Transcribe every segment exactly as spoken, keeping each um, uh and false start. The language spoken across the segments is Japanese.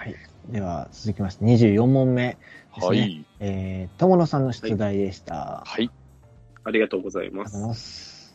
はい。では、続きまして、にじゅうよん問目ですね。はい。えー、友野さんの出題でした。 はい。 ありがとうございます。 ありがとうございます。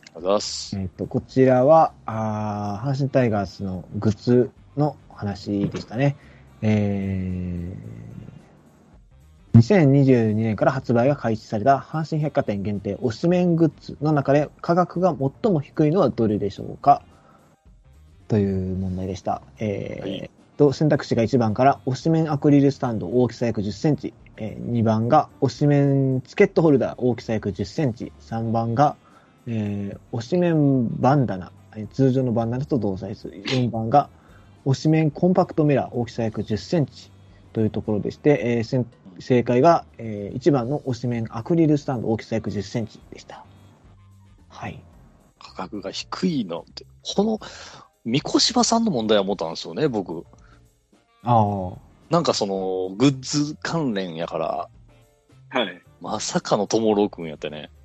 ありがとうございます。 えっと、こちらは、あ阪神タイガースのグッズの話でしたね。えー、にせんにじゅうにねんから発売が開始された阪神百貨店限定推しメングッズの中で価格が最も低いのはどれでしょうかという問題でした。えーはいと選択肢がいちばんから推しメンアクリルスタンド大きさ約じゅっセンチ、えー、にばんが推しメンチケットホルダー大きさ約じゅっセンチ、さんばんが、えー、推しメンバンダナ、えー、通常のバンダナと同サイズ、よんばんが推しメンコンパクトミラー大きさ約じゅっセンチというところでして、えー、正解が、えー、いちばんの推しメンアクリルスタンド大きさ約じゅっセンチでした。はい。 価格が低いのってこの三越柴さんの問題は思ったんですよね、僕。 ああ。 なんかその、グッズ関連やから、 はい。 まさかのともろうくんやってね。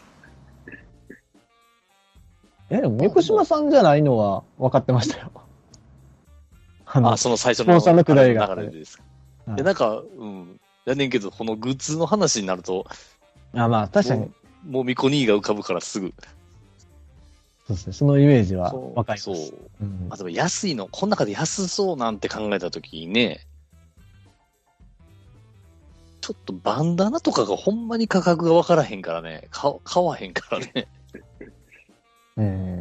え、でも、三越島さんじゃないのは分かってましたよ。 あの、あ、その最初ののくだりが流れですか。はい、で、なんか、うん。やねんけど、このグッズの話になると、 あ、まあ、確かに。 もう、もうミコニーが浮かぶからすぐ。 そうですね。そのイメージは分かります。 そう。そううん、あでも安いの、この中で安そうなんて考えたときにね、ちょっとバンダナとかがほんまに価格が分からへんからね、買買わへんからね。 うん。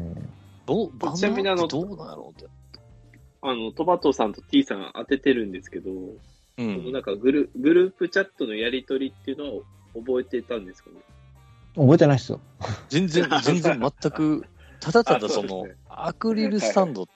どう、バンダナってどうなんやろうって。 あの、トバトさんと T さん当ててるんですけど、 うん、 そのなんかグルグループチャットのやりとりっていうのを覚えてたんですかね。 覚えてないっすよ。 全然、全然全く、ただただその、ね、アクリルスタンドって、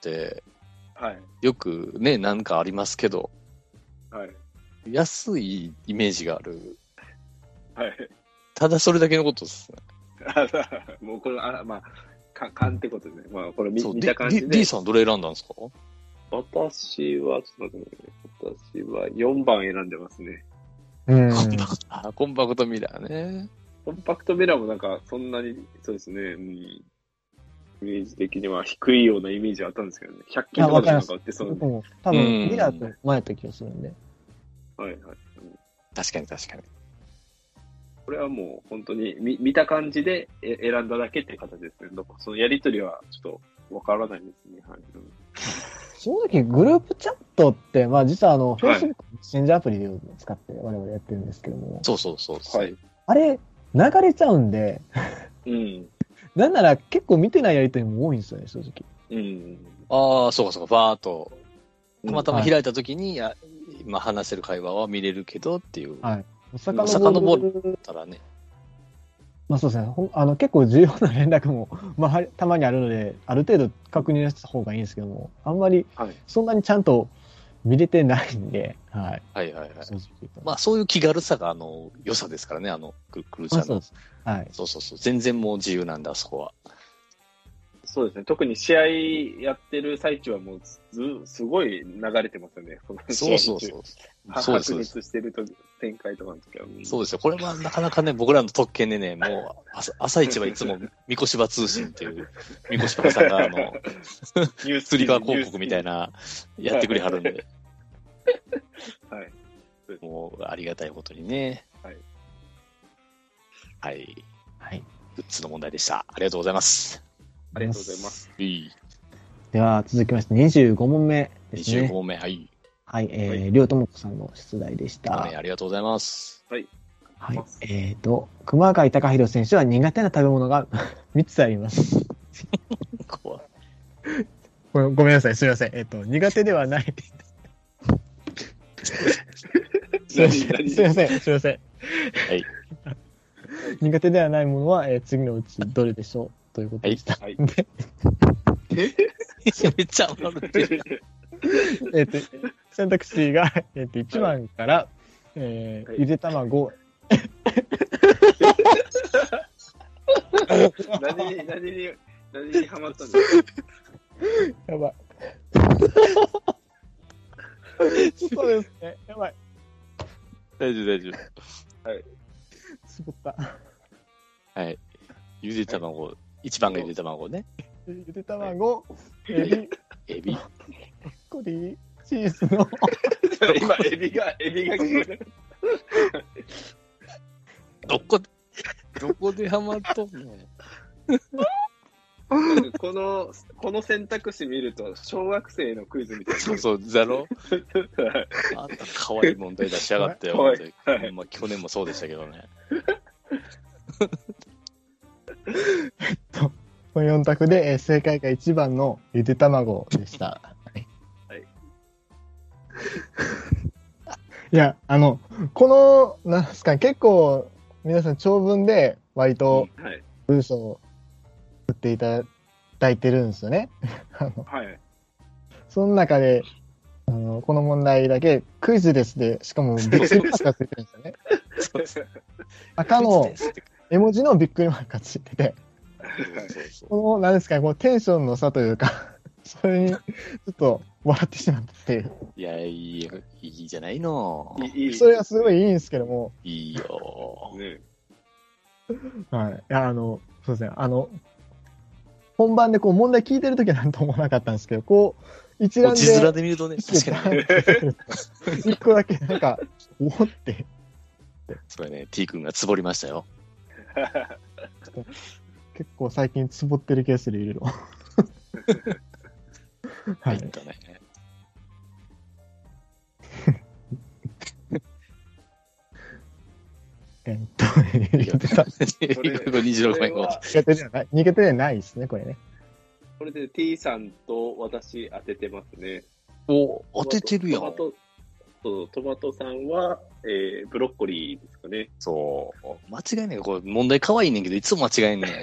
はい、 よくね、なんかありますけど、 はい、 安いイメージがある。 はい。 ただそれだけのことですね。 もうこれ、あまあ、か、勘ってことですね。まあ、これ見、見た感じで。 D, D さんどれ選んだんですか？ 私は、ちょっと待ってください。私はよんばん選んでますね。 うん。 あ、コンパクトミラーね。 コンパクトミラーもなんか、そんなに、そうですね、うん、イメージ的には低いようなイメージはあったんですけどね。ひゃく均とかでなんか売ってそうなんで。 も多分、ミラーと前やった気がするんで。 はいはい。 確かに確かに。 これはもう本当に見見た感じで選んだだけって形ですね。そのやりとりはちょっとわからないですね。はい、 正直、グループチャットって、まあ実はあの、Facebook メッセンジャーアプリを使って我々やってるんですけども。 そうそうそうそう。 はい。 あれ、流れちゃうんで、 うん。 なんなら結構見てないやりとりも多いんですよね、正直。 うん。 ああ、そうかそうか、バーっと。たまたま開いたときに、うんはい、今話してる会話は見れるけどっていう。 はい。 遡ったらね。 まあそうですね。あの結構重要な連絡も、まあ、たまにあるので、ある程度確認した方がいいんですけども、あんまりそんなにちゃんと見れてないんで、はい。 はいはいはい。まあそういう気軽さがあの良さですからね、あのクルちゃんの。 はい。 そうそうそう。全然もう自由なんだ、そこは。 そうですね。特に試合やってる最中はもうず、すごい流れてますよね。 そうそうそう。 そうです。白熱してると展開とかの時は。 そうですよ。これはなかなかね、僕らの特権でね、もう朝、朝一はいつも、三越場通信っていう、三越場さんがあの、釣り革広告みたいな、やってくれはるんで。 はい。 もう、ありがたいことにね。 はい。 はい。 はい。 グッズの問題でした。ありがとうございます。 ありがとうございます。 いい。 では、続きまして、にじゅうご問目ですね。 にじゅうご問目、はい。 はい、えー、りょうともこさんの出題でした。 はい、ありがとうございます。 はい。 はい。えっ、ー、と、熊谷貴弘選手は苦手な食べ物がみっつあります。 怖い。 ごめんなさい、すみません。えっ、ー、と、苦手ではない。すみません、すみません、すみません。 はい。 苦手ではないものは、えー、次のうちどれでしょうということでした。はい。でめっちゃ余るってる。 えっと、選択肢が、えっと、いちばんから、はい、えー、ゆで卵。 何に、何に、何にハマったんですか？ やばい。そうですね。やばい。 大丈夫、大丈夫。はい。 絞った。 はい。ゆで卵、はい、いちばんがゆで卵ね。 ゆで卵、エビ、 エビ、 コリー、チーズの今、エビが、エビが聞こえどこで、どこでハマっとんのなんかこの、この選択肢見ると、小学生のクイズみたいな。 そうそう、だろあんた可愛い問題出しやがってよ。 可愛いはい、まあ、去年もそうでしたけどね。 えっと、このよん択で、えー正解がいちばんのゆで卵でした。はい。 はい、 いや、あの、この、なんですか、結構、皆さん長文で割とはい。 文章を作っていただいてるんですよね。あのはい。 その中で、あの、この問題だけクイズですで、しかもびっくりマークがついてるんですよね。 そうそう赤の絵文字のびっくりマークがついてて、 そうそうこの、なんですかね、このテンションの差というか、それにちょっと笑ってしまったっていう。 いや、いい、いいじゃないの。 いいそれはすごいいいんですけども、 いいよ。 ね。 はい。いや、あの、そうですね、あの、本番でこう問題聞いてるときはなんとも思わなかったんですけど、こう、一覧で、 字面で見るとね、確かにね。 一個だけなんか、おおって、 それね、T 君がつぼりましたよ。 結構最近つぼってるケースでいるの。は入っい。 たね。 えっと、言ってた。 にじゅうろくまいこれは苦手ではない、苦手ではないですね、これね。 これで T さんと私当ててますね。 お、当ててるやん。 トマト、そうトマトさんは、えー、ブロッコリーですかね。 そう。間違いねえ。これ問題可愛いねんけど、いつも間違えんねん。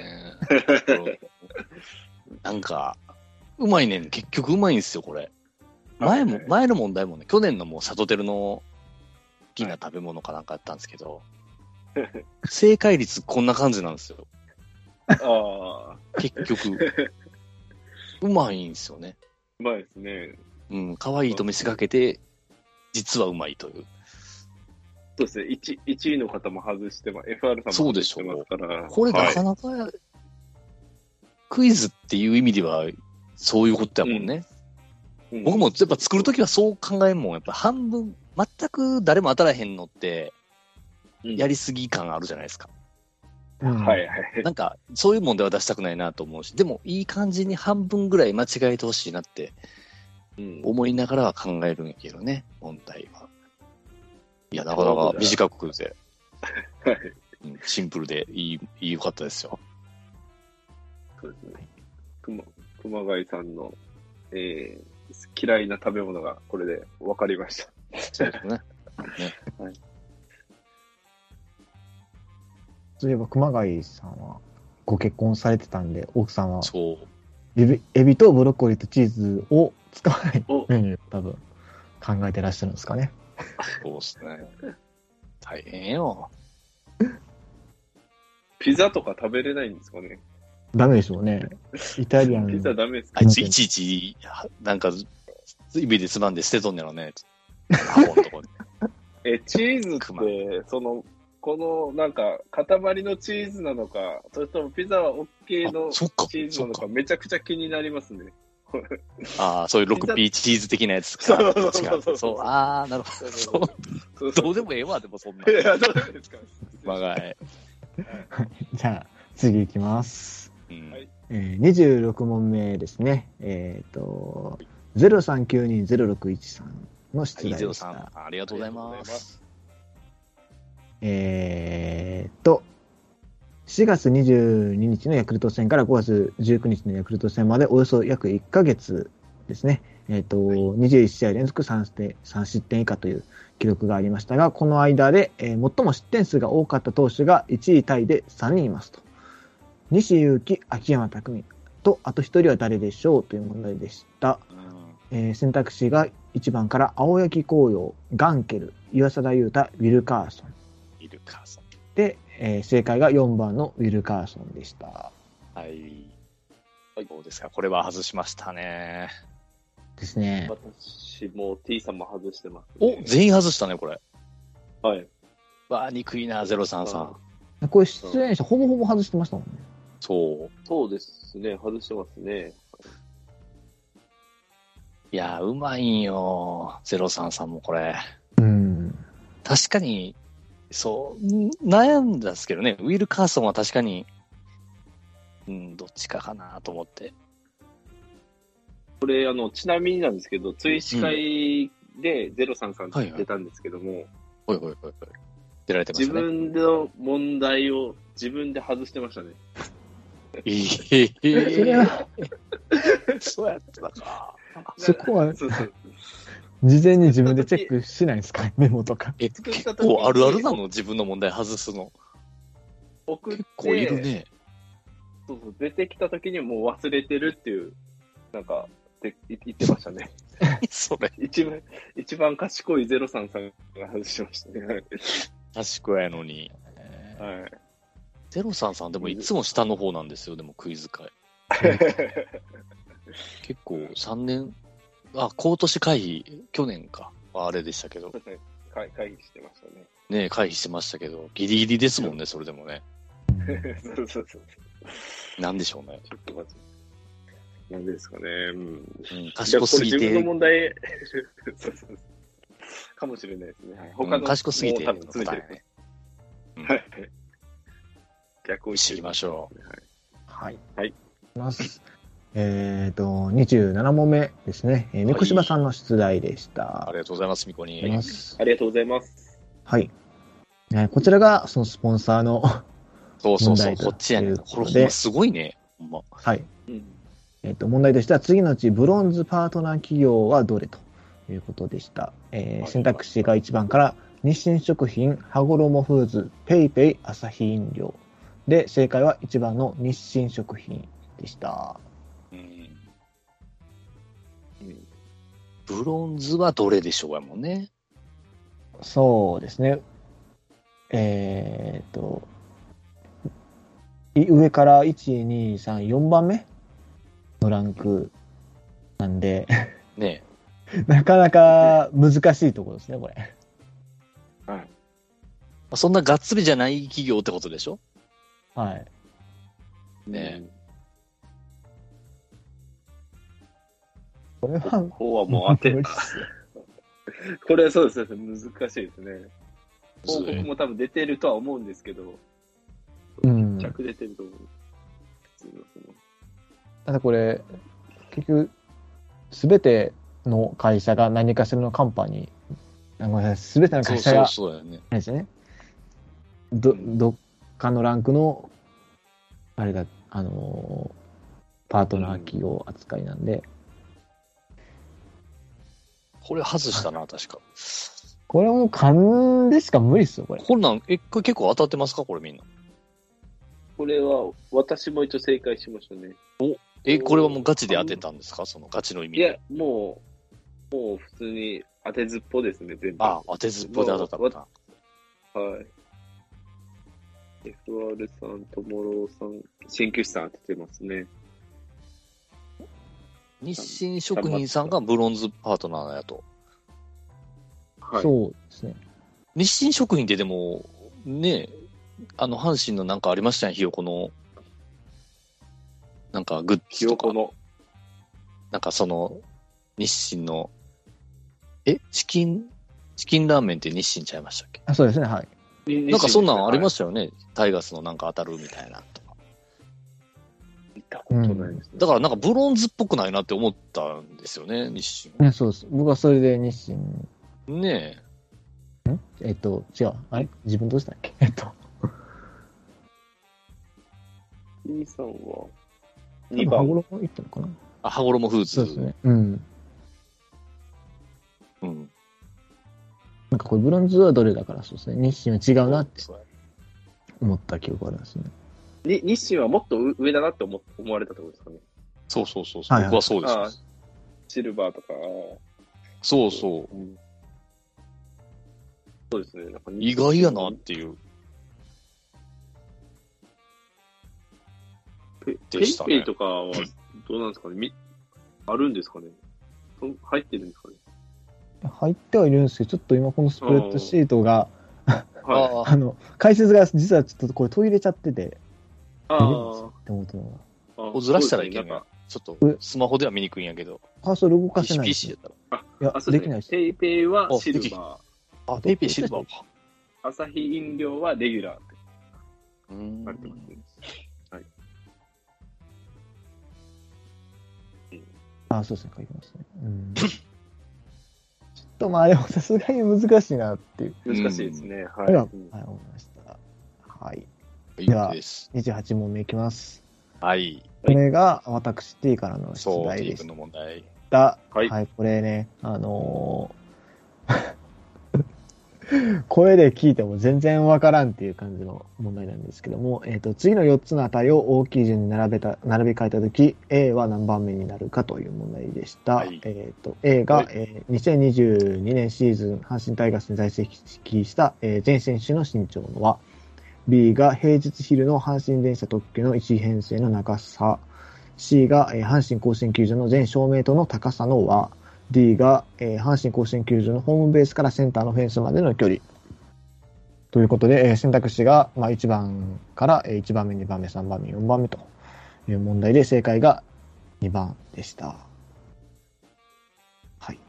なんか、うまいねん。結局うまいんですよ、これ。前も、前の問題もね、去年のもうサトテルの好きな食べ物かなんかやったんですけど、正解率こんな感じなんですよ。 ああ、 結局。うまいんですよね。 うまいですね。 うん、可愛いと見せかけて、実はうまいという。 そうですね。いち, いちいの方も外してます。エフアール さんも外してますから。 これなかなか、クイズっていう意味では、そういうことやもんね。 うん、 僕もやっぱ作るときはそう考えんもん。やっぱ半分、全く誰も当たらへんのって、やりすぎ感あるじゃないですか。 うん、はいはい。 なんか、そういう問題は出したくないなと思うし、でもいい感じに半分ぐらい間違えてほしいなって、思いながらは考えるんやけどね、問題は。いや、なかなか短くて、 はい、 シンプルでいい、いいよかったですよ。 そうですね。熊、熊谷さんの、えー、嫌いな食べ物がこれで分かりました。 そうですね。ね、はい。 そういえば熊谷さんはご結婚されてたんで、奥さんはそうエビ、エビとブロッコリーとチーズを使わないメニューを多分考えてらっしゃるんですかね。 そうですね。大変よ。 ピザとか食べれないんですかね。 ダメでしょうね。イタリアン。 ピザダメですか。 あいついちいち、なんか、指でつまんで捨てとんねやろね。アホんとこに。 え、チーズって、その、この、なんか、塊のチーズなのか、それともピザは OK のチーズなのか、めちゃくちゃ気になりますね。 ああ、そういう ろくピー チーズ的なやつか。 そうそうそうそう。 そう、ああ、なるほど。そうどうでもええわ、でもそんな。 いや、どうですか。 まがい。 じゃあ、次いきます。 うんえー、にじゅうろく問目ですね。えっ、ー、と、ゼロさんきゅうにゼロろくいちさんの出題でした。 ゼロさん、ありがとうございます。 えーと、しがつにじゅうににちのヤクルト戦からごがつじゅうくにちのヤクルト戦までおよそ約いっかげつですね。えっ、ー、と、はい、にじゅういちしあい連続 3, 3失点以下という記録がありましたが、この間で、えー、最も失点数が多かった投手がいちいタイでさんにんいますと。西勇輝、秋山拓と、あとひとりは誰でしょうという問題でした。うん、えー、選択肢がいちばんから青柳紅葉、ガンケル、岩貞裕太、ウィルカーソン。 ウィルカーソン。 で、えー、正解がよんばんのウィルカーソンでした。 はい。どうですか、これは外しましたね。 ですね。 私も T さんも外してます、 ね。お、全員外したね、これ。 はい。 わあ、憎いな、ゼロさんさん。 これ出演者ほぼほぼ外してましたもんね。 そう。 そうですね、外してますね。 いや、うまいんよ。ゼロさんさんもこれ。 うん。 確かに、そう、悩んだんですけどね。ウィル・カーソンは確かに、うん、どっちかかなと思って。 これ、あの、ちなみになんですけど、追試会でゼロさんさん出たんですけども、 ほいほいほいほい。出られてまし自たね。 分の問題を自分で外してましたね。 ええー、 それは、 そうやってたか。 そこは、 そうそう事前に自分でチェックしないんですかメモとか。 え、結構あるあるなの自分の問題外すの。 送って結構いるね。 そうそう、出てきた時にもう忘れてるっていう、なんか、で言ってましたね。 それ。 一番、一番賢いゼロさんさんが外しましたね。 賢いやのに。 はい。 ゼロさんさんでもいつも下の方なんですよ、でもクイズ会。結構さんねん、あ、今年回避、去年か。あれでしたけど。 回回避してましたね。 ねえ、回避してましたけど、ギリギリですもんね、それでもね。 そうそうそう。 なんでしょうね。 ちょっと待って。なんでですかね。うん。うん、 賢すぎて。 自分の問題そうそうそう。かもしれないですね。はい、他の、 うん、賢すぎて、 多分ついてるね。はい。逆を知りましょう。 はい。 はい。いきます。えっと、にじゅうなな問目ですね。えー、三越柴さんの出題でした、はい。 ありがとうございます、みこに。 ありがとうございます。 はい。えー、こちらが、そのスポンサーのそうそうそう、こっちやねん。これほんますごいね。ほんま。 はい。うんえっと、問題としては、次のうちブロンズパートナー企業はどれということでした。えー、選択肢がいちばんから日清食品、羽衣フーズ、ペイペイ、アサヒ飲料。で、正解はいちばんの日清食品でした。うん、 ブロンズはどれでしょうやもんね。 そうですね。えっと、上からいち、に、さん、よんばんめのランクなんで、 ねなかなか難しいところですね、これ。 はい。そんながっつりじゃない企業ってことでしょ？ はい。 ねえ。 これは、ここはもう当て、これはそうですね、難しいですね。広告も多分出てるとは思うんですけど、うん。着出てると思う。 ただこれ、結局、すべての会社が何かしらのカンパニー、ごめんなさい、すべての会社が、 そうそうそうね。 ですね。ど、どっかのランクの、あれだ、あのー、パートナー企業扱いなんで。うん、 これ外したな、確か。 これはもう勘でしか無理っすよ、これ。 こんなん、え、これ結構当たってますかこれみんな。 これは、私も一応正解しましたね。 おえ、これはもうガチで当てたんですかそのガチの意味で。 いや、もう、もう普通に当てずっぽですね、全部。 あ、当てずっぽで当たった。 はい。エフアール さん、トモローさん、鍼灸師さん当ててますね。 日清食品さんがブロンズパートナーやと。 はい。そうですね。 日清食品ってでも、ね、あの、阪神のなんかありましたね、ひよこの。なんかグッズとか。のなんかその、日清の、えチキン、チキンラーメンって日清ちゃいましたっけ？ あ、そうですね、はい。 なんかそんなんありましたよね。はい、タイガースのなんか当たるみたいなとか。 見たことないですね、 うん。だからなんかブロンズっぽくないなって思ったんですよね、日清。 ね、そうです。僕はそれで日清。 ねえ。んえっと、違う。あれ自分どうしたっけえっと。 にさんはにばん。羽衣いったのかなあ、羽衣フーズ。 そうですね。うん。うん。なんかこれブロンズはどれだからそうですね。日清は違うなって思った記憶があるんですね。 に日清はもっと上だなって思思われたってことですかね。 そうそうそうそう、はいはい。僕はそうです。 シルバーとか。 そうそう。うん、 そうですね。なんか意外やなっていう。 ペイペイとかはどうなんですかね。みあるんですかね。入ってるんですかね。 入ってはいるんですけど、ちょっと今このスプレッドシートが、あ, あの解説が実はちょっとこれ途切れちゃってて、 ああ。 って思ったのが。ずらしたらいけない。 ちょっとスマホでは見にくいんやけど。 カーソル動かせない。 ピーシー やったら。 あ、 いや、 あそうですね、 できないです。 ペイペイはシルバー。あ、ペイペイシルバーか。 アサヒ飲料はレギュラーって。 うーん。 なってますね。はい。 あ、そうですね、書いてますね。うんちょっとまあでもさすがに難しいなっていう。 難しいですね。はい。 はい、 うんはい、思いました。はい。 いいでは、 です。 にじゅうはち問目いきます。 はい。 これが私 T からの出そう、 題 T でし君の問題。 た。 はいはい、これね、あのー声で聞いても全然わからんっていう感じの問題なんですけども、えっと、次のよっつの値を大きい順に並べた、並び替えたとき、A は何番目になるかという問題でした。 はい、 えっと、A が、 はいえー、にせんにじゅうにねんシーズン、阪神タイガースに在籍した、えー、全選手の身長の和。B が平日昼の阪神電車特急の一編成の長さ。C が、えー、阪神甲子園球場の全照明灯の高さの和。D が、えー、阪神甲子園球場のホームベースからセンターのフェンスまでの距離。ということで、えー、選択肢が、まあ、いちばんから、えー、いちばんめ、にばんめ、さんばんめ、よんばんめという問題で、正解がにばんでした。はい。す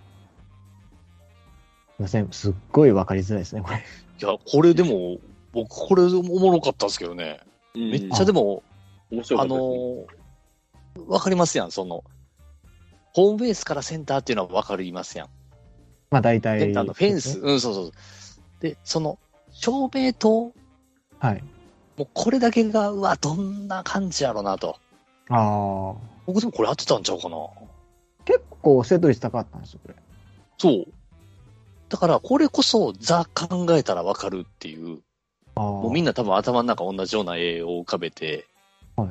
いません。すっごいわかりづらいですね、これ。 いや、これでも、僕、これおもろかったんですけどね。 うん、 めっちゃでも、 面白かあったですね。 のー、わかりますやん、その、ホームベースからセンターっていうのはわかりますやん。 まあ、大体、 センターのフェンス、うん、そうそう。で、その、照明灯、 はい。 もうこれだけが、うわ、どんな感じやろうなと。 ああ。 僕でもこれ当てたんちゃうかな。 結構、正答率高かったんですよ、これ。 そう。だから、これこそ、ザ考えたらわかるっていう。 あもうみんな多分頭の中同じような絵を浮かべて。 はい。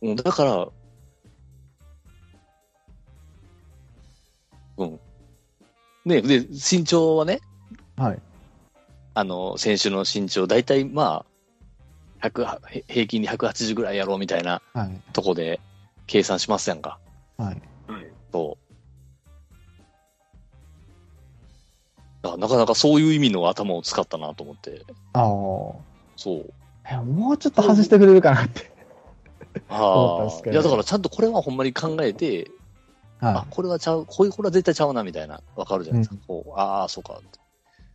うん、だから、うん。ね、で、身長はね、 はい。 あの、選手の身長、だいたいまあ、ひゃく、平均でひゃくはちじゅうぐらいやろうみたいなはい。 とこで計算しますやんか。 はい。 はい。 そう。だからなかなかそういう意味の頭を使ったなと思って。 ああ。 そう。 えもうちょっと外してくれるかなって思ったんああ。 ですけど、 いや、だからちゃんとこれはほんまに考えて、 はい、 あ、これはちゃう、こういう、これは絶対ちゃうなみたいな、わかるじゃないですか。うん、こう、ああ、そうかって。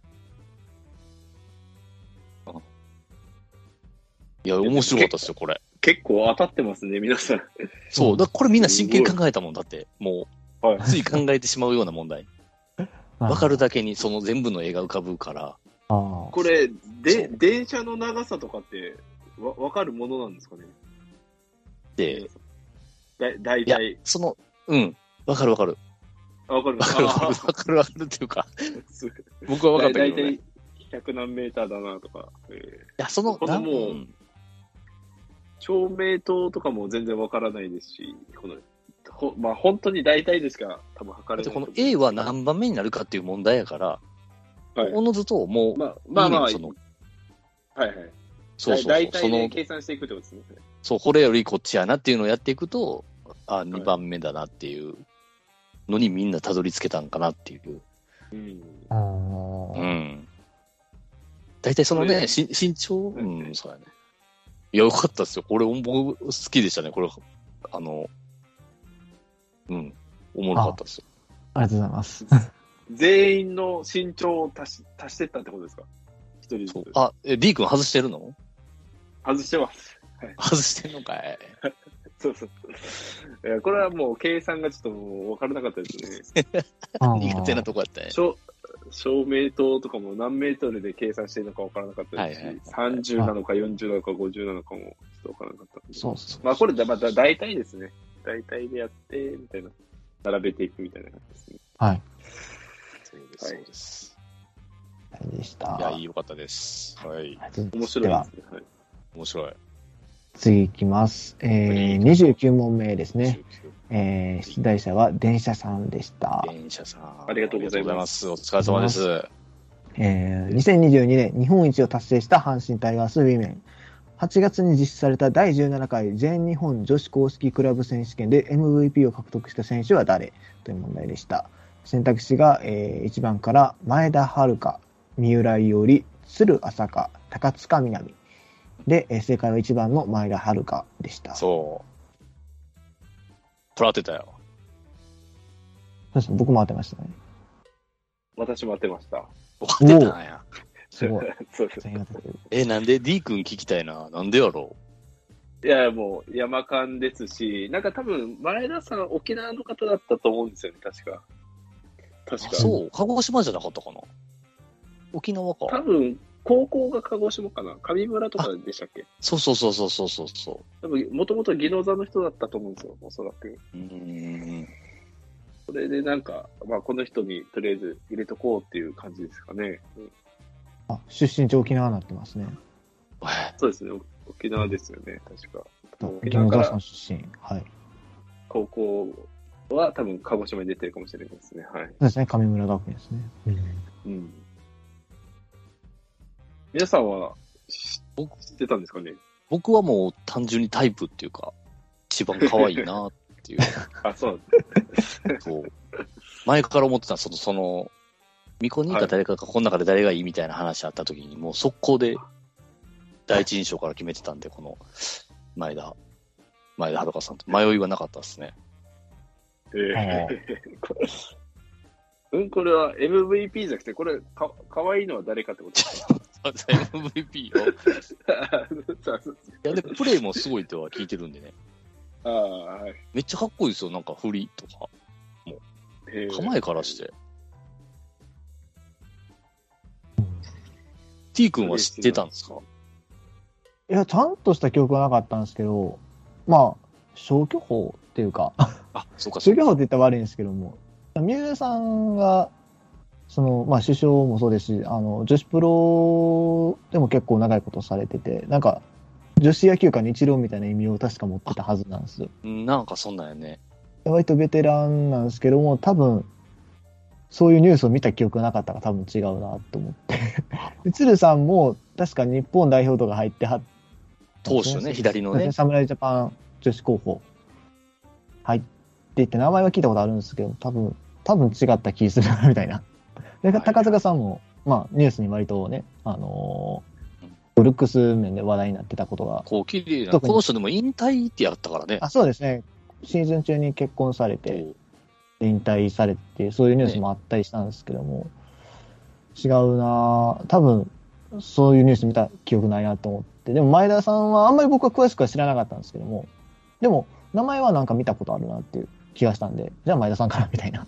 いや、面白かったですよ、これ。 結構当たってますね、皆さん。 そう。だからこれみんな真剣に考えたもんだって、もう、 はい、 つい考えてしまうような問題。わかるだけにその全部の絵が浮かぶから。 あこれ、で、電車の長さとかってわ、わかるものなんですかね。 で、 だ、だいいやたい。、 その、うん、わかるわかる。 あ、わかるわかるわかる。わかるわかるっていうか、僕はわかったけどね。 だいたいひゃくなんメーターだなとか。えー、いや、その、 このもう、 うん、 照明灯とかも全然わからないですし、この、ほまあ本当に大体でしか多分測れない。 この A は何番目になるかっていう問題やから、 はい、 おのずともう、 まあまあまあ、 その、 はいはい。 そうそうそう。 大体で計算していくってことですね。 そう、これよりこっちやなっていうのをやっていくと、あ、にばんめだなっていうのにみんなたどり着けたんかなっていう。 うん。 うん。 大体そのね、し身長、うん、そうやね。いや、よかったですよ。これ、僕好きでしたね。これ、あの、うん、おもろかったですよ。 ありがとうございます。 全員の身長を足し、足してったってことですか？一人ずつ。 あ、え、D 君外してるの？ 外してます。はい、 外してんのかい。 そうそう。いや、これはもう計算がちょっともう分からなかったですね。 苦手なとこやったね。 照明灯とかも何メートルで計算してるのか分からなかったですし、はいはいはい、さんじゅうなのかよんじゅうなのかごじゅうなのかもちょっと分からなかった。 そうそう。 まあこれだ、まあ、大体ですね。大体でやって、みたいな。並べていくみたいな感じですね。 はい。 そうです。そうです。 はい、でした。 いや、良かったです。はい。 面白いですね。はい。 面白い。 次いきます。えー、にじゅうきゅう問目ですね。えー、出題者は電車さんでした。 電車さん。 ありがとうございます。 お疲れ様です。 えー、にせんにじゅうにねん日本一を達成した阪神タイガースウィメン。はちがつに実施されただいじゅうななかい全日本女子公式クラブ選手権で エムブイピー を獲得した選手は誰という問題でした。選択肢が、えー、いちばんから前田遥、三浦伊織、鶴朝香、高塚みなみ。で、正解はいちばんの前田遥でした。 そこれ当てたよ。 確かに僕も当てましたね。 私も当てました。 当てたんや。 すごい。 そうです。 え、なんで D 君聞きたいな。なんでやろう。いや、もう山間ですし、なんか多分前田さん沖縄の方だったと思うんですよね、確か。確か。 そう、鹿児島じゃなかったかな。沖縄か。 多分、高校が鹿児島かな。上村とかでしたっけ？ そうそうそうそうそうそうそう。 多分、もともと技能座の人だったと思うんですよ、おそらく。 うーん。 それでなんか、まあこの人にとりあえず入れとこうっていう感じですかね。うん、 あ、出身地沖縄になってますね。 そうですね、沖縄ですよね、確か。 沖縄から出身。はい。 高校は多分鹿児島に出てるかもしれないですね。はい。そうですね、上村学園ですね。 うん。うん、皆さんは知ってたんですかね？ 僕はもう単純にタイプっていうか、一番可愛いなっていう。 あ、そうなんですね。 そう。前から思ってた、その、その、ミコニーか誰かか、この中で誰がいいみたいな話あった時に、もう速攻で第一印象から決めてたんで、この前田、前田遥さんと迷いはなかったですね。 ええー。うん、これは エムブイピー じゃなくて、これか、かわいいのは誰かってことですか？ エムブイピー を。いや、で、プレイもすごいとは聞いてるんでね。 ああ、はい。 めっちゃかっこいいですよ、なんか振りとか。もう、構えからして。T 君は知ってたんですか？ いや、ちゃんとした記憶はなかったんですけど、まあ、消去法っていうか、 あ、そうかそうか。 消去法って言ったら悪いんですけども、三浦さんが、その、まあ、首相もそうですし、あの、女子プロでも結構長いことされてて、なんか、女子野球界の一郎みたいな意味を確か持ってたはずなんですよ。 なんかそんなんやね。 割とベテランなんですけども、多分、そういうニュースを見た記憶がなかったから多分違うなと思って。で鶴さんも確か日本代表とか入ってはっ投手ね、左のね。 侍ジャパン女子候補入っていって名前は聞いたことあるんですけど、多分、多分違った気するなみたいな。で、高塚さんも、まあ、ニュースに割とね、あのー、ルックス面で話題になってたことが。 こう、綺麗な。この人でも引退ってやったからね。 あ、そうですね。シーズン中に結婚されて、引退されて、そういうニュースもあったりしたんですけども、ね、違うなぁ。多分、そういうニュース見た記憶ないなと思って。でも前田さんはあんまり僕は詳しくは知らなかったんですけども、でも名前はなんか見たことあるなっていう気がしたんで、じゃあ前田さんからみたいな。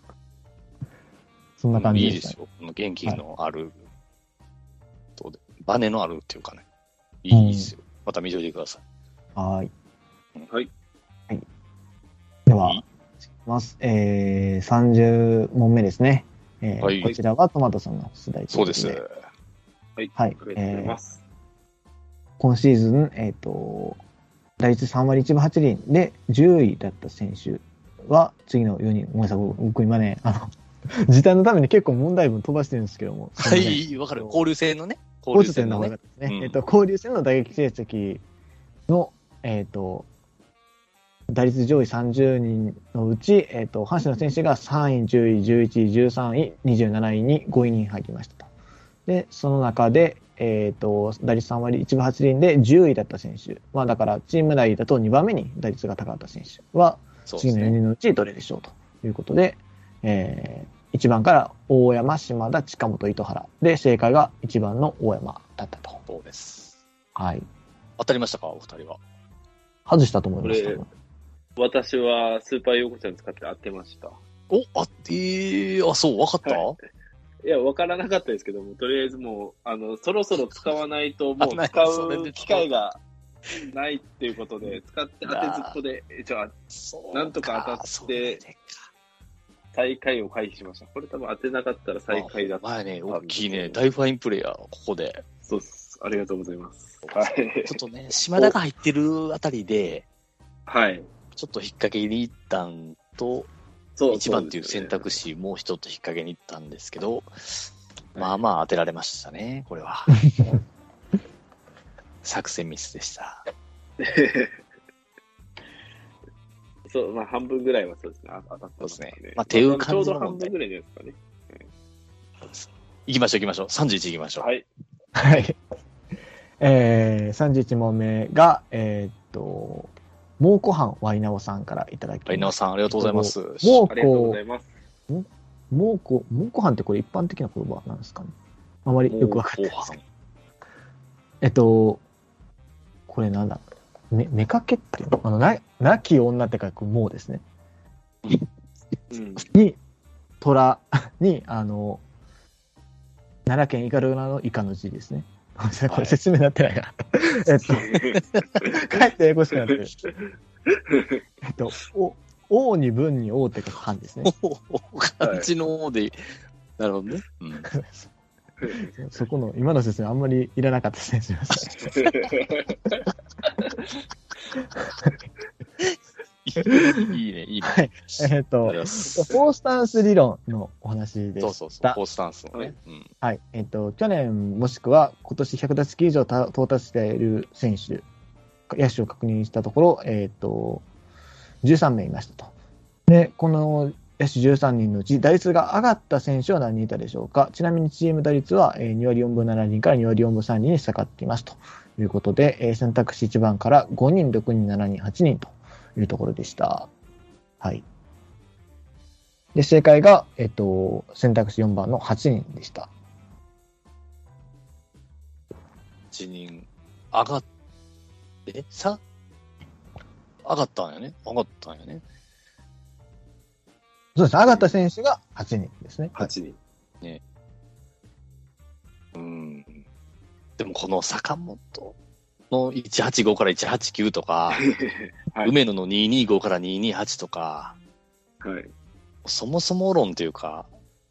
そんな感じでした、ね。 いいですよ。元気のある、はい、どうでバネのあるっていうかね。いいですよ。うん、また見ておいてください。 はい。 はい。 はい。では、いきます。えー、さんじゅう問目ですね。えーはい、こちらはトマトさんの出題ということで。 そうです。 はい。はい。ありがとうございます。 えー、今シーズン、えっ、ー、と、打率さん割いちぶはち厘でじゅういだった選手は次のよにん。ごめんなさい、僕今ね、あの、時短のために結構問題文飛ばしてるんですけども。 はい、わかる。交流戦のね。 交流戦の方がですね。うん、えっ、ー、と、交流戦の打撃成績の、えっ、ー、と、打率上位さんじゅうにんのうち、えっ、ー、と、阪神の選手がさんい、じゅうい、じゅういちい、じゅうさんい、にじゅうなないにごいに入りましたと。で、その中で、えっ、ー、と、打率さん割いちぶはち厘でじゅういだった選手。まあだから、チーム内だとにばんめに打率が高かった選手は、次のよにんのうちどれでしょうということで、えー、いちばんから大山、島田、近本、糸原。で、正解がいちばんの大山だったと。 そうです。 はい。 当たりましたか、お二人は。 外したと思いました。 私はスーパーヨーコちゃん使って当てました。 お、あって、えー、あ、そう、わかった、はいいや、わからなかったですけども、とりあえずもう、あの、そろそろ使わないと、もう使う機会がないっていうことで、使って当てずっとで、じゃあ、なんとか当たって、最下位を回避しました。これ多分当てなかったら最下位だった。 前ね、大きいね、大ファインプレイヤー、ここで。 そうっす。ありがとうございます。はい。 ちょっとね、島田が入ってるあたりで、 はい。 ちょっと引っ掛けに行ったんと、いちばんっていう選択肢もう一つ引っ掛けに行ったんですけど、まあまあ当てられましたね、これは。作戦ミスでした。 そう、まあ半分ぐらいはそうですね、当たったんですね。 まあっていう感じの問題。 ちょうど半分ぐらいですかね。 行きましょう行きましょう。さんじゅういち行きましょう。 はい。 はい。えー、さんじゅういち問目が、えー、っと、 蒙古藩ワイナオさんからいただきました。 ワイナオさん、ありがとうございます。 蒙古、 ありがとうございます。 蒙古、蒙古藩ってこれ一般的な言葉なんですかね。あまりよくわかってないですけど。えっと、これなんだめ、めかけっていうのあの、な、亡き女って書く蒙ですね。うん、に、虎に、あの、奈良県斑鳩のイカの字ですね。これ説明になってないな。えっと、かえってややこしくなってる。えっと、お、王に文に王って書く藩ですね。 漢字の王で、なるほどね。うん、 そこの、今の説明あんまりいらなかったですね。すみません。 いいね、いいね。 はい、えっ、ー、と、フォースタンス理論のお話でした。 そうそうそう、フォースタンスのね。 うん、はい。えっ、ー、と、去年もしくは今年ひゃくだつき以上到達している選手、野手を確認したところ、えっ、ー、と、じゅうさんめいいましたと。で、この野手じゅうさんにんのうち、打率が上がった選手は何人いたでしょうか。ちなみにチーム打率はにわりよんぶななりんからにわりよんぶさんりんに下がっていますということで、選択肢いちばんからごにん、ろくにん、しちにん、はちにんというところでした。はい。で、正解が、えっと、選択肢よんばんのはちにんでした。はちにん、上がっ、えさ上がったんやね。上がったんやね。 そうです。上がった選手がはちにんですね。 はちにん。 ね。うん。でもこの坂本のいちはちごからいちはちきゅうとか、はい、梅野のににごからににはちとか、 はい、 そもそも論というか、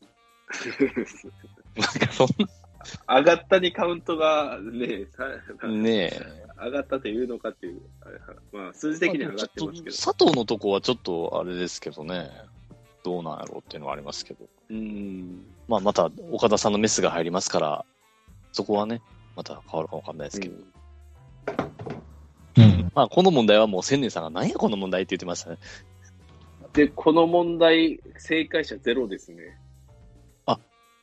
なんかそんな。上がったにカウントがね、 ね上がったというのかっていう、まあ数字的には上がってますけど。 佐藤のとこはちょっとあれですけどね、どうなんやろうっていうのはありますけど。 うん。 まあまた岡田さんのメスが入りますから、そこはね、また変わるかわかんないですけど。うん。まあこの問題はもう千年さんが何やこの問題って言ってましたね。 で、この問題、正解者ゼロですね。 あ、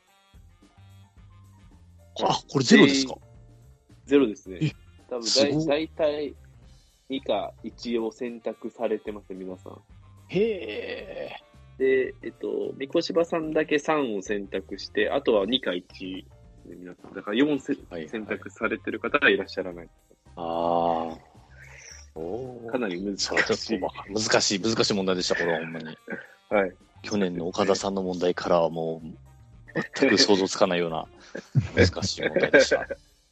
あ、これゼロですか？ ゼロですね。多分だいたいにかいちを選択されてます、皆さん。 へー。で、えっと、三越柴さんだけさんを選択して、あとはにかいち、ね、皆さん。だからよんせ、はいはい、選択されてる方がいらっしゃらない。 ああ。 かなり難しい。 難しい、難しい問題でした、これはほんまに。 はい。 去年の岡田さんの問題からはもう、全く想像つかないような難しい問題でした。はい。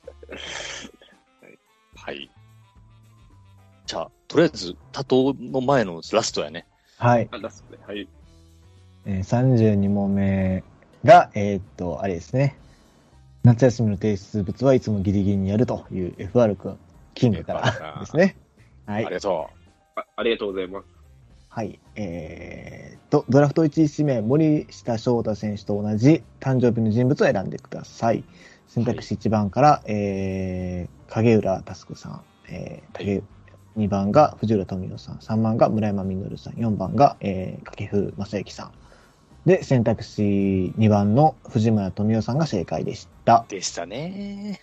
はい。じゃあ、とりあえず、多頭の前のラストやね。 はい。 ラストで、はい。 えー、さんじゅうにもんめが、えー、っと、あれですね。夏休みの提出物はいつもギリギリにやるという エフアール 君、キングからですね。はい。 ありがとうあ。ありがとうございます。 はい。えーと、ドラフトいちい指名、森下翔太選手と同じ誕生日の人物を選んでください。選択肢いちばんから、はい、えー、影浦佑さん、えー、はい、にばんが藤浦富美さん、さんばんが村山実さん、よんばんが、えー、掛布正幸さん。で、選択肢にばんの藤村富美さんが正解でした。 でしたね。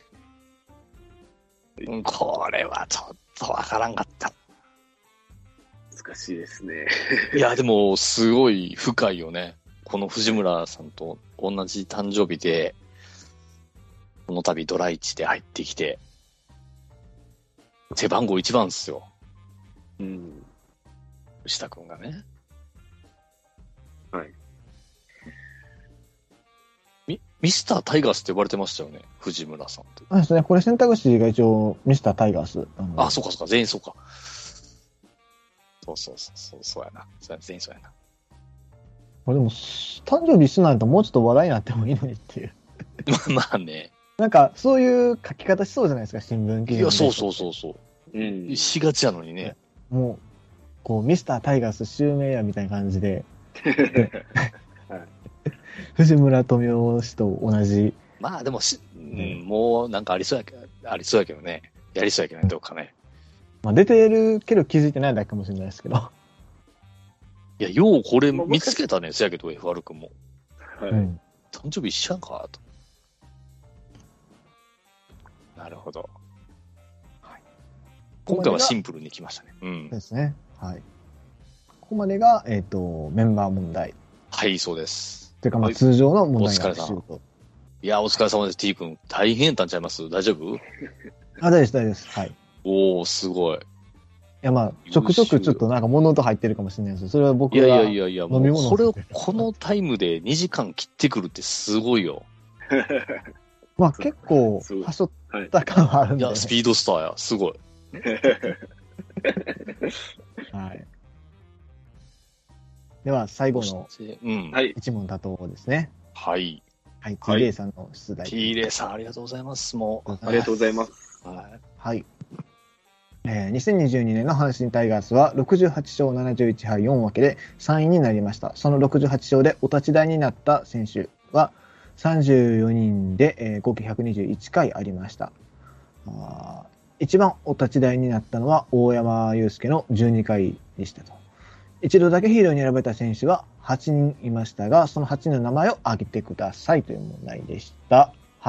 これはちょっとわからんかった。 難しいですね。 いや、でも、すごい深いよね。この藤村さんと同じ誕生日で、この度ドラいちで入ってきて、背番号いちばんっすよ。 うん。 牛田くんがね。 はい。 ミ、ミスタータイガースって呼ばれてましたよね。藤村さんって。 そうですね。これ選択肢が一応ミスタータイガース。 あ、そうかそうか。全員そうか。そうそうそうそう、そうやな。そうや全員そうやな。 これでも、誕生日しないともうちょっと話題になってもいいのにっていう。 まあね。 なんか、そういう書き方しそうじゃないですか、新聞記事。 いや、そうそうそうそう。 うん。 しがちやのにね。 もう、こう、ミスタータイガース襲名やみたいな感じで。はい、藤村富美氏と同じ。 まあでもし、うん、もうなんかありそうやけど、ありそうやけどね。やりそうやけどね、どうかね。 まあ出てるけど気づいてないだけかもしれないですけど。 いや、ようこれ見つけたね、せやけど、エフアール 君も。 はい。うん、 誕生日一緒やんか、と。なるほど。はい。 今回はシンプルに来ましたね。うん。 ですね。はい。ここまでが、えっ、ー、と、メンバー問題。 はい、そうです。 というか、まあ、通常の問題が来ると。いや、お疲れ様です。T 君、大変やったんちゃいます？大丈夫？ あ、大丈夫です、大丈夫です。はい。 おー、すごい。いや、まあ、ちょくちょくちょっとなんか物音入ってるかもしれないですけど、それは僕がいやいやいやいや、もうこれを、このタイムでにじかん切ってくるってすごいよ。 まあ結構、はしょった感はあるんで、 はい。いや、スピードスターや。すごい。 はい。では、最後の一問打倒ですね。 はい。 はい。ティーレイさんの出題。 ティーレイさん、ありがとうございます。もう。 ありがとうございます。 はい。はいえー、にせんにじゅうにねんの阪神タイガースはろくじゅうはちしょうななじゅういちはいよんわけでさんいになりました。そのろくじゅうはちしょうでお立ち台になった選手はさんじゅうよにんで、えー、合計ひゃくにじゅういっかいありました。あ一番お立ち台になったのは大山悠輔のじゅうにかいでしたと。一度だけヒーローに選ばれた選手ははちにんいましたが、そのはちにんの名前を挙げてくださいという問題でした。はい。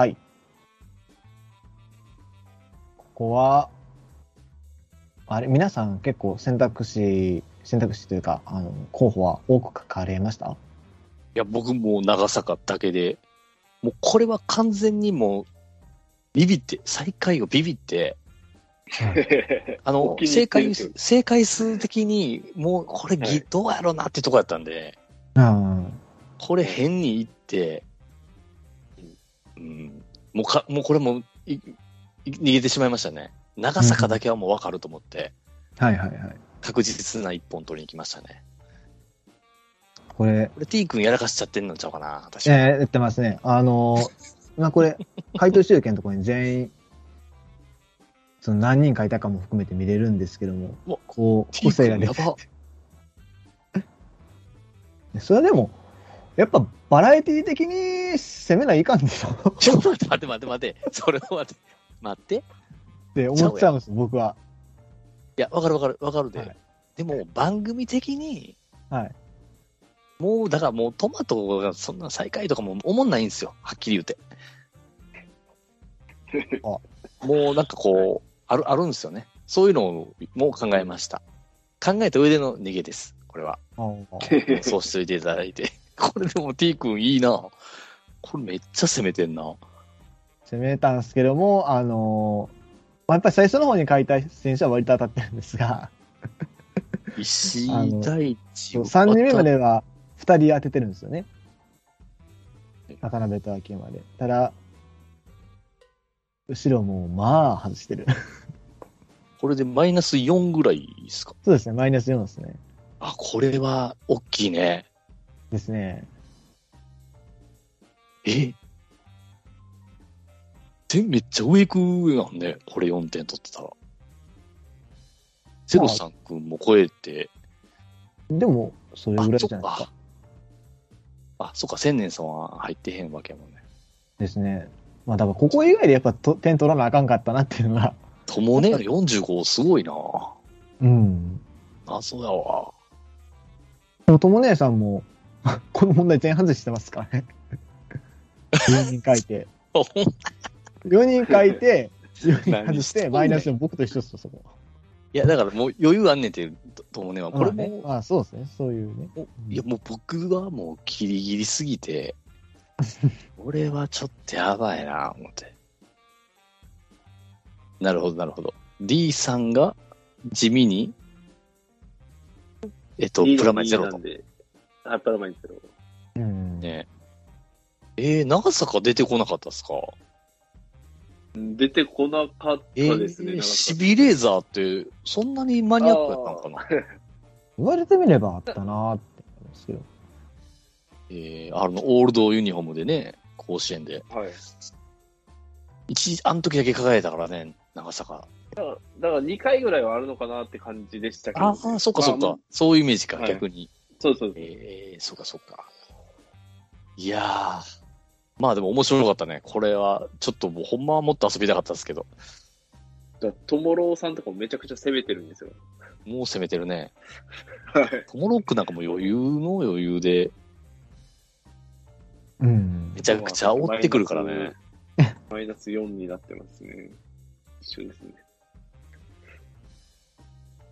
ここは、あれ、皆さん結構選択肢、選択肢というか、あの、候補は多く書かれました？ いや、僕も長坂だけで、もうこれは完全にもう、ビビって、最下位をビビって、あの、正解、正解数的に、もうこれ、はい、どうやろうなってとこやったんで、 うん、 これ変にいって、うん、もうか、もうこれもい逃げてしまいましたね。長坂だけはもう分かると思って、 うん、はいはいはい。 確実な一本取りに来ましたね。 これ、 これ T 君やらかしちゃってんのちゃうかな、私。 えー、言ってますね。あのー、まあこれ、回答集計のところに全員、その何人書いたかも含めて見れるんですけども、こう、個性が出てそれでも、やっぱバラエティ的に攻めないかんでしょ。 ちょっと待って待って待って待って、それを待って、待って。 って思っちゃうんです、僕は。 いや、わかるわかるわかるで、はい。でも、番組的に、 はい。 もう、だからもうトマトがそんな最下位とかも思んないんですよ。はっきり言うて。もうなんかこう、ある、あるんですよね。そういうのをもう考えました。考えた上での逃げです。これは。そうしといていただいて。これでも T 君いいな。これめっちゃ攻めてんな。 攻めたんですけども、あのー、やっぱり最初の方に書いた選手は割と当たってるんですが。 石井大地。 さんにんめまではふたり当ててるんですよね。渡辺と秋山で。ただ、後ろもまあ外してる。 これでマイナスよんぐらいですか？ そうですね、マイナスよんですね。 あ、これは大きいね。 ですね。 え点めっちゃ上行くやんね。これよんてん取ってたら。瀬戸さんくんも超えて。 でも、それぐらいじゃないですか。 あ、そっか、千年さんは入ってへんわけやもんね。 ですね。まあ、だからここ以外でやっぱと点取らなあかんかったなっていうのが。 ともね、よんじゅうごすごいな。 うん。 あ、そうだわ。 ともねさんも、この問題全外してますからね。よにん書いて。よにん書いて、よにん外して、マイナスの僕と一緒っすよ、そこ。 いや、だからもう余裕あんねんって、ともねは。これも、ね、 ああ、そうですね、そういうね。 いや、もう僕はもうギリギリすぎて、俺はちょっとやばいな、思って。なるほど、なるほど。D さんが地味に、えっと、プラマイゼロと。 あ、プラマイゼロ。 うん。 ねえー、長坂出てこなかったですか？ 出てこなかったですね。 えー、シビレーザーって、そんなにマニアックやったのかな？ 言われてみればあったなーって思うんですけど。 えー、あの、オールドユニフォームでね、甲子園で。 はい。 一、あの時だけ輝いたからね、長坂。 だから、だからにかいぐらいはあるのかなって感じでしたけど、ね。 ああ、そっかそっか、まあ。そういうイメージか、はい、逆に。 そうそう。 えー、そっかそっか。いやー。まあでも面白かったね。これは、ちょっともうほんまはもっと遊びたかったですけど。 だトモローさんとかもめちゃくちゃ攻めてるんですよ。 もう攻めてるね。 はい。 トモロックなんかも余裕の余裕で。 うん。 めちゃくちゃ追ってくるからね。 マイナスよんになってますね。一緒ですね。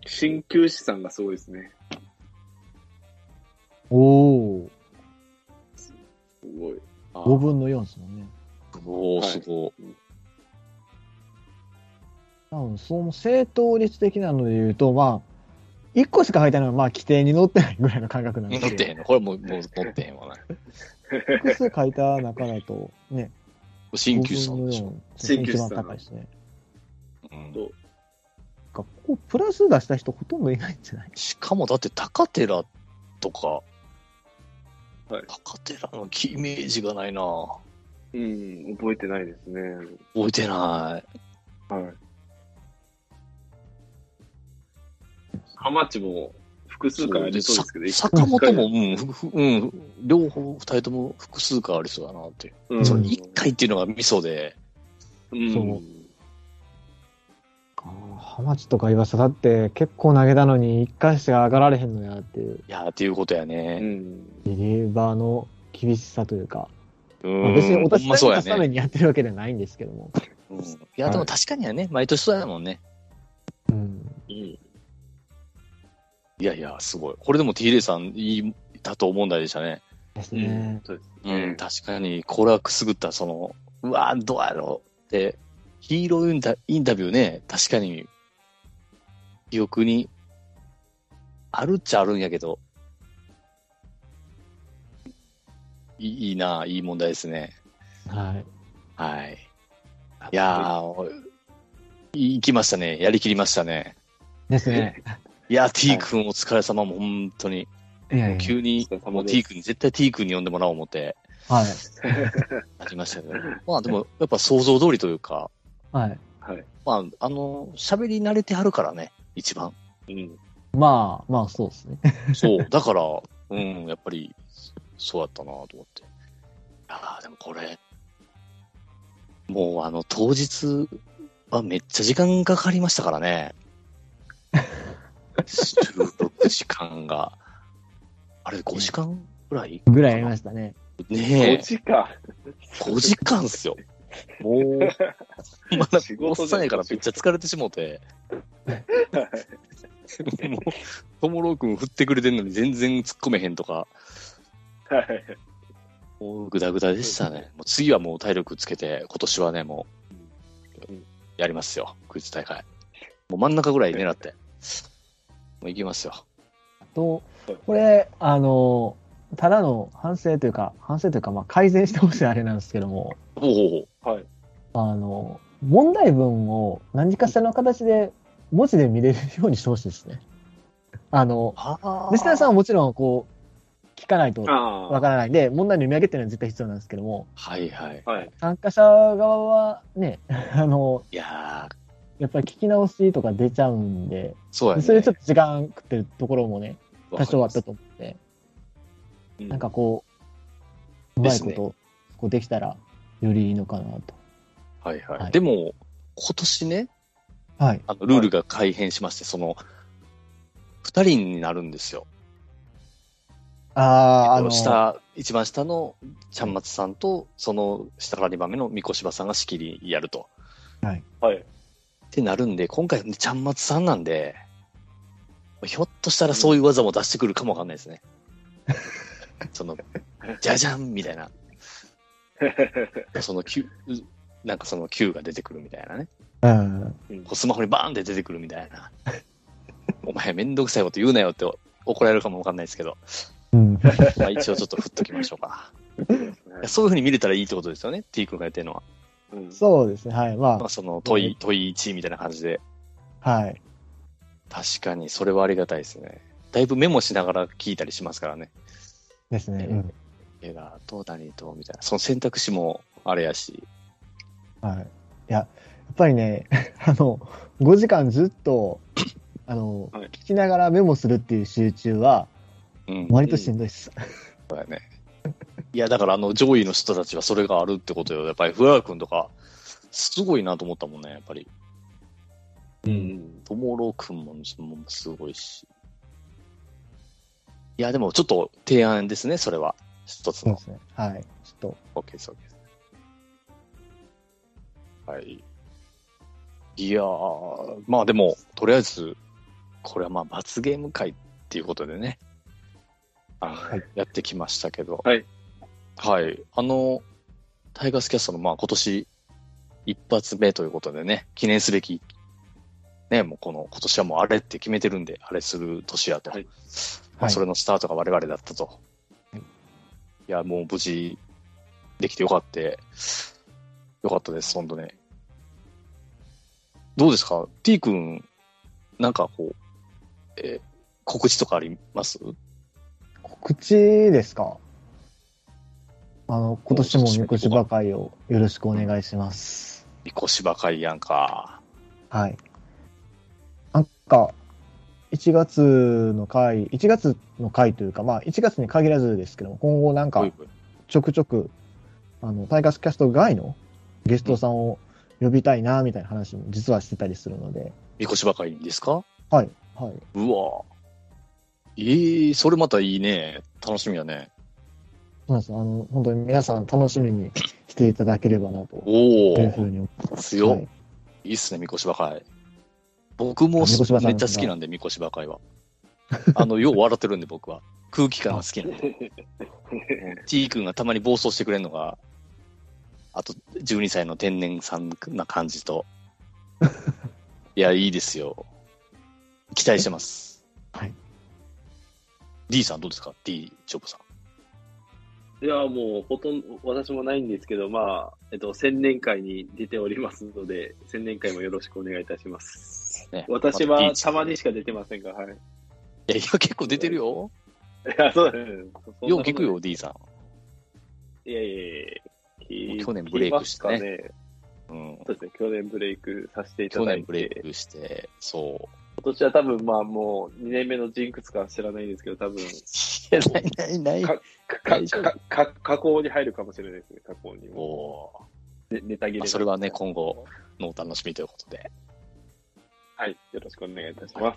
鍼灸師さんがすごいですね。 おー。 すごい。 ごぶんのよんですもんね。 おー、すごい。はい、 多分、その正答率的なので言うと、まあ、いっこしか書いてないのは、まあ、規定に載ってないぐらいの感覚なんで。 載ってへんのこれもう、もう載ってへんわな。 複数書いた中だと、ね。 鍼灸師さんでしょ。 鍼灸師さん。一番高いですね。 うん。 ここプラス出した人ほとんどいないんじゃない？ しかもだって高寺とか、 はい、 高寺のイメージがないな。 うん、覚えてないですね。 覚えてない。 はい。ハマチも複数回ありそうですけど、 坂本も、うん、うん、両方二人とも複数回ありそうだなって。うん、その一回っていうのがミソで。 うん、そう。ハマチとか岩佐だって結構投げたのに一回しか上がられへんのやっていう。 いやーっていうことやね。 うん。リリーバーの厳しさというか。 うん。 まあ、別にお立ち台に立つためにやってるわけではないんですけども。 うん。いや、でも確かにはね、はい、毎年そうやもんね。 うん。 うん。いやいや、すごい。これでも T レイさんいいだと思うんだでしたね。 ですね。 うん、うん、確かに、これはくすぐった、その、うわー、どうやろうって、ヒーローインタ、インタビューね、確かに、記憶に、あるっちゃあるんやけど、いい、いいな、いい問題ですね。 はい。 はい。いやー、いきましたね。やりきりましたね。 ですね。 いや、T 君お疲れ様も本当に。いやいや急に、もう T 君に、絶対 T 君に呼んでもらおう思って。 はい。 ありましたけど。まあでも、やっぱ想像通りというか。 はい。 はい。 まあ、あの、喋り慣れてはるからね、一番。 うん。 まあ、まあそうですね。 そう。だから、うん、やっぱり、そうだったなと思って。いやでもこれ、もうあの、当日はめっちゃ時間かかりましたからね。収録時間が。あれ、ごじかんぐらいぐらいありましたね。 ねえ。 ごじかん。 ごじかんっすよ。もう、まだおっさんやからめっちゃ疲れてしもて。もう、ともろうくん振ってくれてんのに全然突っ込めへんとか。 はい。 もうグダグダでしたね。もう次はもう体力つけて、今年はね、もう、やりますよ。クイズ大会。もう真ん中ぐらい狙って。もう行きますよ。 と、これ、あの、ただの反省というか、反省というか、まあ改善してほしいあれなんですけども。 ほうほうほう。はい。 あの、問題文を何かしらの形で文字で見れるようにしてほしいですね。あの、西谷さんはもちろんこう、聞かないとわからないんで、問題の読み上げっていうのは絶対必要なんですけども。 はいはい。 はい、 参加者側はね、あの、 いやー、 やっぱり聞き直しとか出ちゃうんで、 そうやね。 それちょっと時間食ってるところもね、多少あったと思って、 うん、 なんかこう、うまいこと、こうできたらよりいいのかなと。 はいはい。はい、でも、今年ね、 はい。 あの、ルールが改変しまして、その、二人になるんですよ。 ああ、あの、 下、一番下のちゃんまつさんと、その下からにばんめのみこしばさんが仕切りやると。 はい。 はい。 ってなるんで、今回、ちゃんまつさんなんで、ひょっとしたらそういう技も出してくるかもわかんないですね。その、じゃじゃんみたいな。その Q、なんかその Q が出てくるみたいなね。 うん。 こうスマホにバーンって出てくるみたいな。お前めんどくさいこと言うなよって怒られるかもわかんないですけど。 うん、 まあ一応ちょっと振っときましょうか。そういう風に見れたらいいってことですよね、T 君がやってるのは。 うん、そうですね、はい。まあ、 まあ、その問い、問いいちみたいな感じで。 はい。 確かに、それはありがたいですね。だいぶメモしながら聞いたりしますからね。 ですね。うん。 映画と何とみたいな。その選択肢もあれやし。 はい。いや、やっぱりね、あの、ごじかんずっと、あの、はい、聞きながらメモするっていう集中は、うん、割としんどいっす。うん、 そうだね。いや、だからあの上位の人たちはそれがあるってことよ。やっぱり、フラー君とか、すごいなと思ったもんね、やっぱり。うん。ともろくんもすごいし。いや、でもちょっと提案ですね、それは。一つの。 そうですね。はい。ちょっと。 OK です、OK です。はい。いやー、まあでも、とりあえず、 これはまあ罰ゲーム会っていうことでね、あの、はい、やってきましたけど、 はい。 はい。あの、タイガースキャストのまあ今年一発目ということでね、記念すべき、ね、もうこの今年はもうあれって決めてるんで、あれする年やと。はい。まあ、それのスタートが我々だったと。はい、いや、もう無事できてよかった。よかったです、本当ね。どうですか ?T 君、なんかこう、えー、告知とかあります？ 告知ですか？あの、今年もみこしば会をよろしくお願いします。 みこしば会やんか。 はい。なんか、いちがつの回、いちがつの回というか、まあいちがつに限らずですけども、今後なんか、ちょくちょく、あの、タイガースキャスト外のゲストさんを呼びたいな、みたいな話も実はしてたりするので。 みこしば会ですか？ はい。はい。 うわええー、それまたいいね。楽しみやね。 そうです。あの、本当に皆さん楽しみにしていただければなと。 おお。 いうふうに思います。 強い。はい、いいっすね、みこしば会。僕もめっちゃ好きなんで、みこしば会は。あの、よう笑ってるんで、僕は。空気感が好きなんで。T 君がたまに暴走してくれるのが、あとじゅうにさいの天然さんな感じと。いや、いいですよ。期待してます。 はい。 D さんどうですか ?D チョブさん。 いや、もう、ほとんど、私もないんですけど、まあ、えっと、青年会に出ておりますので、青年会もよろしくお願いいたします。ね、私はたまにしか出てませんが、はい。いや、いや、結構出てるよ。 いや、そうだね。 よう聞くよ、D さん。いやいやいや去年ブレイクしてね。ねうん。そうですね、去年ブレイクさせていただいて。 去年ブレイクして、そう。 今年は多分、まあもう、にねんめのジンクスか知らないですけど、多分。いや、ないないない。 か、か、か、か、加工に入るかもしれないですね、加工に。 おね、ネタ切れ、まあ。 それはね、今後のお楽しみということで。 はい、よろしくお願いいたします。はい、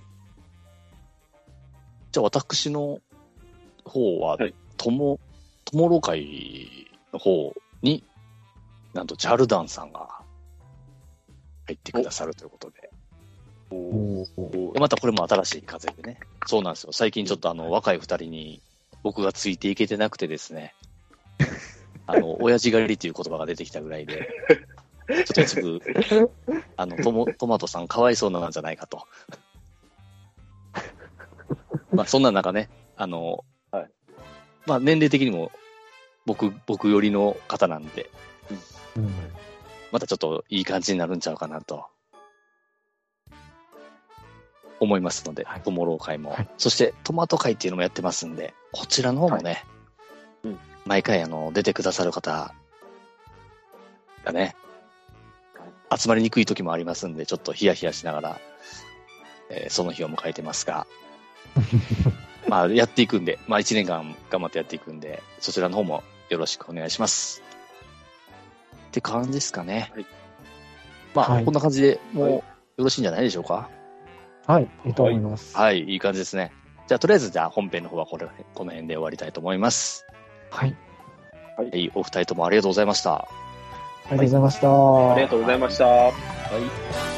じゃあ、私の方は、とも、ともろ会の方に、なんと、ジャルダンさんが入ってくださるということで。でまたこれも新しい風でね。そうなんですよ。最近ちょっとあの、若い二人に僕がついていけてなくてですね。あの、親父狩りっていう言葉が出てきたぐらいで、ちょっと一部、あの、トモ、トマトさんかわいそうなんじゃないかと。まあ、そんな中ね、あの、はい、まあ、年齢的にも僕、僕寄りの方なんで、うん、またちょっといい感じになるんちゃうかなと。思いますので、トモロー会も、はい、そしてトマト会っていうのもやってますんで、こちらの方もね、はいうん、毎回あの出てくださる方がね、集まりにくい時もありますんで、ちょっとヒヤヒヤしながら、えー、その日を迎えてますが、まあやっていくんで、まあいちねんかん頑張ってやっていくんで、そちらの方もよろしくお願いします。って感じですかね。はい、まあ、はい、こんな感じでもうよろしいんじゃないでしょうか。 はい、いいと思います。 はい、はい、いい感じですね。じゃあ、とりあえず、じゃあ、本編の方はこれ、この辺で終わりたいと思います。 はい。 はい、お二人ともありがとうございました。ありがとうございました。 ありがとうございました。 はい。